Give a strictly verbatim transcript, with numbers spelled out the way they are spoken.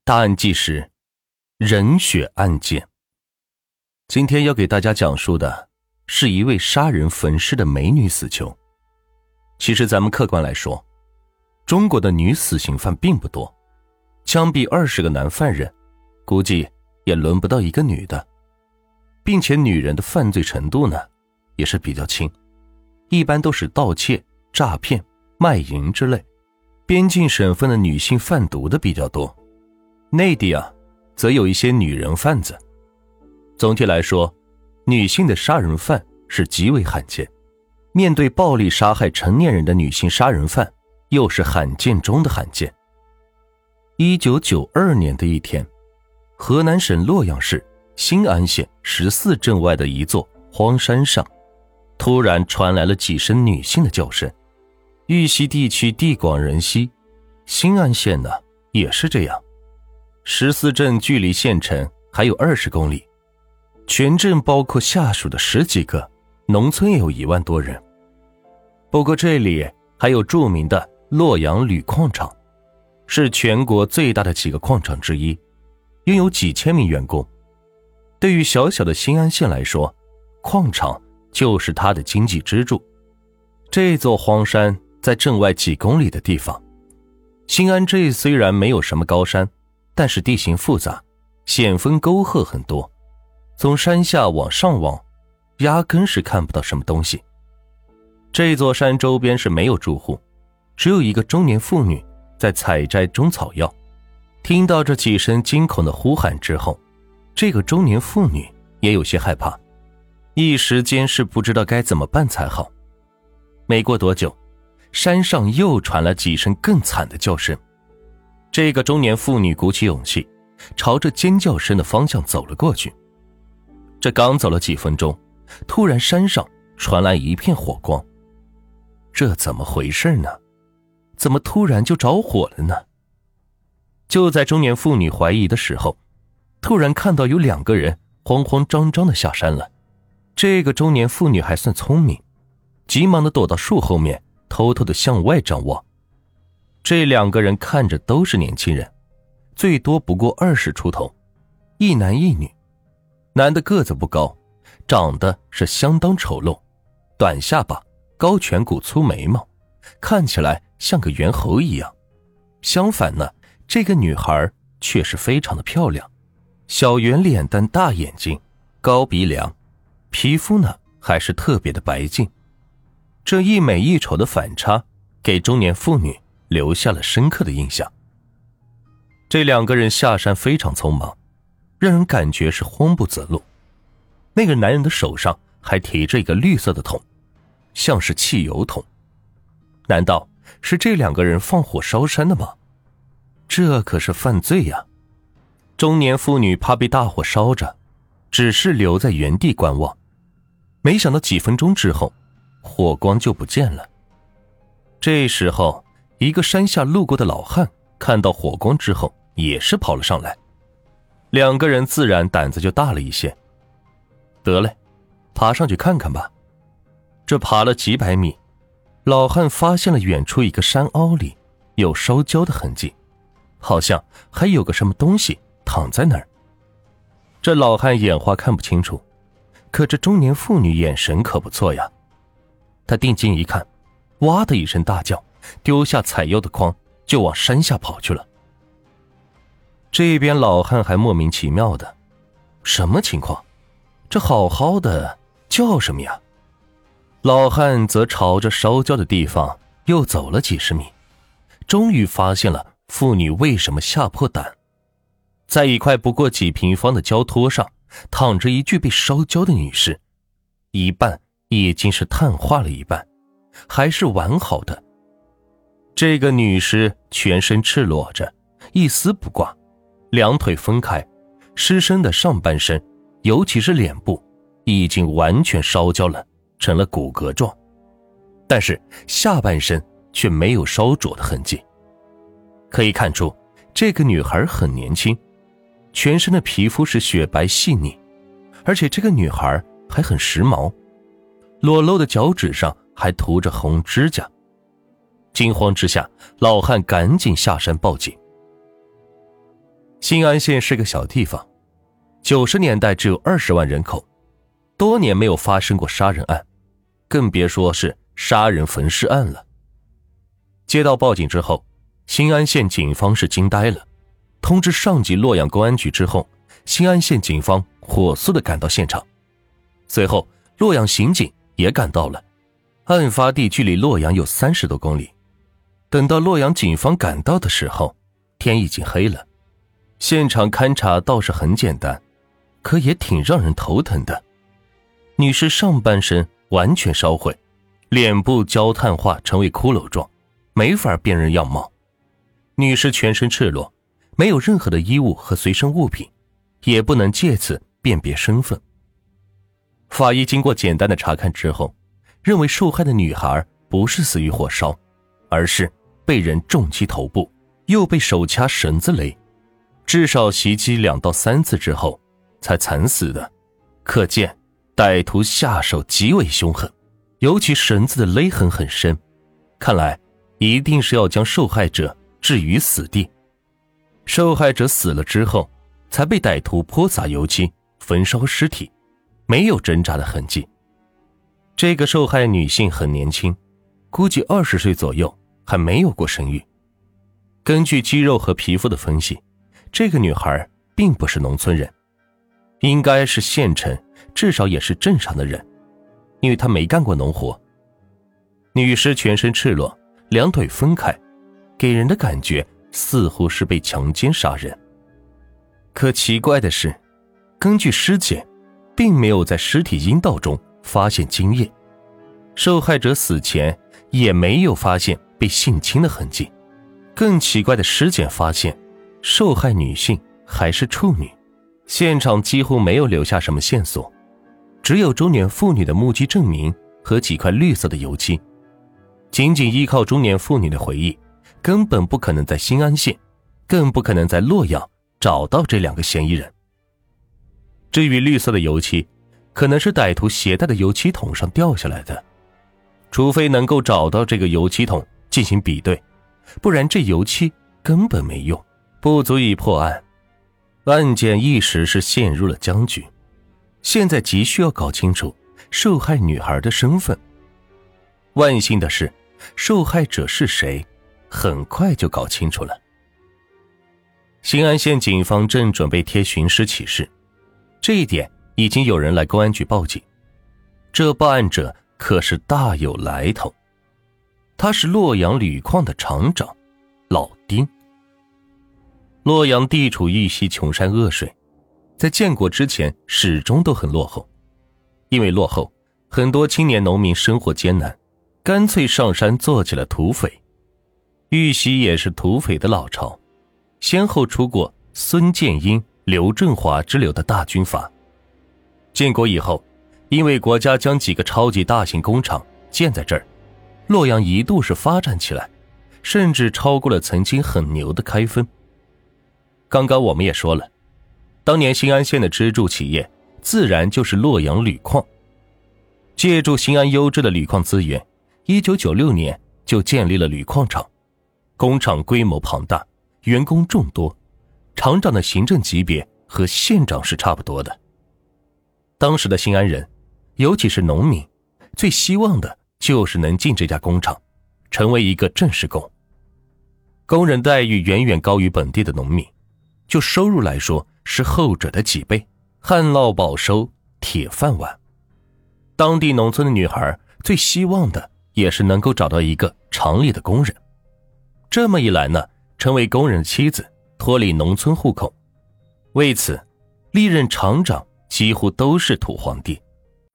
大案纪实：人血案件。今天要给大家讲述的是一位杀人焚尸的美女死囚。其实咱们客观来说，中国的女死刑犯并不多，枪毙二十个男犯人，估计也轮不到一个女的，并且女人的犯罪程度呢，也是比较轻，一般都是盗窃、诈骗、卖淫之类。边境省份的女性贩毒的比较多，内地啊，则有一些女人贩子。总体来说，女性的杀人犯是极为罕见，面对暴力杀害成年人的女性杀人犯，又是罕见中的罕见。一九九二年的一天，河南省洛阳市新安县十四镇外的一座荒山上，突然传来了几声女性的叫声。玉溪地区地广人稀，新安县呢也是这样。十四镇距离县城还有二十公里，全镇包括下属的十几个，农村也有一万多人。不过这里还有著名的洛阳铝矿厂，是全国最大的几个矿场之一，拥有几千名员工。对于小小的新安县来说，矿场就是它的经济支柱。这座荒山在镇外几公里的地方，新安这虽然没有什么高山，但是地形复杂，险峰沟壑很多，从山下往上望，压根是看不到什么东西。这座山周边是没有住户，只有一个中年妇女在采摘中草药。听到这几声惊恐的呼喊之后，这个中年妇女也有些害怕，一时间是不知道该怎么办才好。没过多久，山上又传来几声更惨的叫声。这个中年妇女鼓起勇气，朝着尖叫声的方向走了过去。这刚走了几分钟，突然山上传来一片火光。这怎么回事呢？怎么突然就着火了呢？就在中年妇女怀疑的时候，突然看到有两个人慌慌张张地下山了。这个中年妇女还算聪明，急忙地躲到树后面，偷偷地向外张望。这两个人看着都是年轻人，最多不过二十出头，一男一女。男的个子不高，长得是相当丑陋，短下巴，高颧骨，粗眉毛，看起来像个猿猴一样。相反呢，这个女孩却是非常的漂亮，小圆脸蛋，大眼睛，高鼻梁，皮肤呢还是特别的白净。这一美一丑的反差，给中年妇女留下了深刻的印象。这两个人下山非常匆忙，让人感觉是慌不择路。那个男人的手上还提着一个绿色的桶，像是汽油桶。难道是这两个人放火烧山的吗？这可是犯罪呀！中年妇女怕被大火烧着，只是留在原地观望。没想到几分钟之后，火光就不见了。这时候，一个山下路过的老汉看到火光之后，也是跑了上来。两个人自然胆子就大了一些。得嘞，爬上去看看吧。这爬了几百米，老汉发现了远处一个山凹里有烧焦的痕迹，好像还有个什么东西躺在那儿。这老汉眼花看不清楚，可这中年妇女眼神可不错呀。他定睛一看，哇的一声大叫，丢下采药的筐就往山下跑去了。这边老汉还莫名其妙的，什么情况？这好好的叫什么呀？老汉则朝着烧焦的地方又走了几十米，终于发现了妇女为什么吓破胆。在一块不过几平方的焦托上，躺着一具被烧焦的女尸，一半已经是碳化了一半，还是完好的。这个女尸全身赤裸着，一丝不挂，两腿分开，尸身的上半身，尤其是脸部，已经完全烧焦了，成了骨骼状，但是下半身却没有烧灼的痕迹。可以看出，这个女孩很年轻，全身的皮肤是雪白细腻，而且这个女孩还很时髦，裸露的脚趾上还涂着红指甲。惊慌之下，老汉赶紧下山报警。 新安县是个小地方，九十年代只有二十万人口，多年没有发生过杀人案，更别说是杀人焚尸案了。接到报警之后，新安县警方是惊呆了，通知上级洛阳公安局之后，新安县警方火速地赶到现场。随后洛阳刑警也赶到了，案发地距离洛阳有三十多公里。等到洛阳警方赶到的时候，天已经黑了。现场勘查倒是很简单，可也挺让人头疼的。女士上半身完全烧毁，脸部焦炭化成为骷髅状，没法辨认样貌。女士全身赤裸，没有任何的衣物和随身物品，也不能借此辨别身份。法医经过简单的查看之后，认为受害的女孩不是死于火烧，而是被人重击头部，又被手掐绳子勒，至少袭击两到三次之后才惨死的。可见歹徒下手极为凶狠，尤其绳子的勒痕很深，看来一定是要将受害者置于死地。受害者死了之后，才被歹徒泼洒油漆焚烧尸体，没有挣扎的痕迹。这个受害女性很年轻，估计二十岁左右，还没有过生育。根据肌肉和皮肤的分析，这个女孩并不是农村人，应该是县城，至少也是镇上的人，因为她没干过农活。女尸全身赤裸，两腿分开，给人的感觉似乎是被强奸杀人。可奇怪的是，根据尸检，并没有在尸体阴道中发现精液，受害者死前也没有发现被性侵的痕迹。更奇怪的尸检发现，受害女性还是处女，现场几乎没有留下什么线索，只有中年妇女的目击证明和几块绿色的油漆。仅仅依靠中年妇女的回忆，根本不可能在新安县，更不可能在洛阳找到这两个嫌疑人。至于绿色的油漆，可能是歹徒携带的油漆桶上掉下来的，除非能够找到这个油漆桶进行比对，不然这油漆根本没用，不足以破案。案件一时是陷入了僵局，现在急需要搞清楚受害女孩的身份。万幸的是，受害者是谁，很快就搞清楚了。新安县警方正准备贴寻尸启事，这一点已经有人来公安局报警。这报案者可是大有来头，他是洛阳铝矿的厂长老丁。洛阳地处玉溪穷山恶水，在建国之前始终都很落后。因为落后，很多青年农民生活艰难，干脆上山做起了土匪。玉溪也是土匪的老巢，先后出过孙建英、刘振华之流的大军阀。建国以后，因为国家将几个超级大型工厂建在这儿，洛阳一度是发展起来，甚至超过了曾经很牛的开封。刚刚我们也说了，当年新安县的支柱企业自然就是洛阳铝矿。借助新安优质的铝矿资源，一九九六年就建立了铝矿厂，工厂规模庞大，员工众多，厂长的行政级别和县长是差不多的。当时的新安人，尤其是农民，最希望的就是能进这家工厂，成为一个正式工。工人待遇远远高于本地的农民，就收入来说是后者的几倍，旱涝保收，铁饭碗。当地农村的女孩最希望的也是能够找到一个厂里的工人，这么一来呢，成为工人的妻子，脱离农村户口。为此，历任厂长几乎都是土皇帝。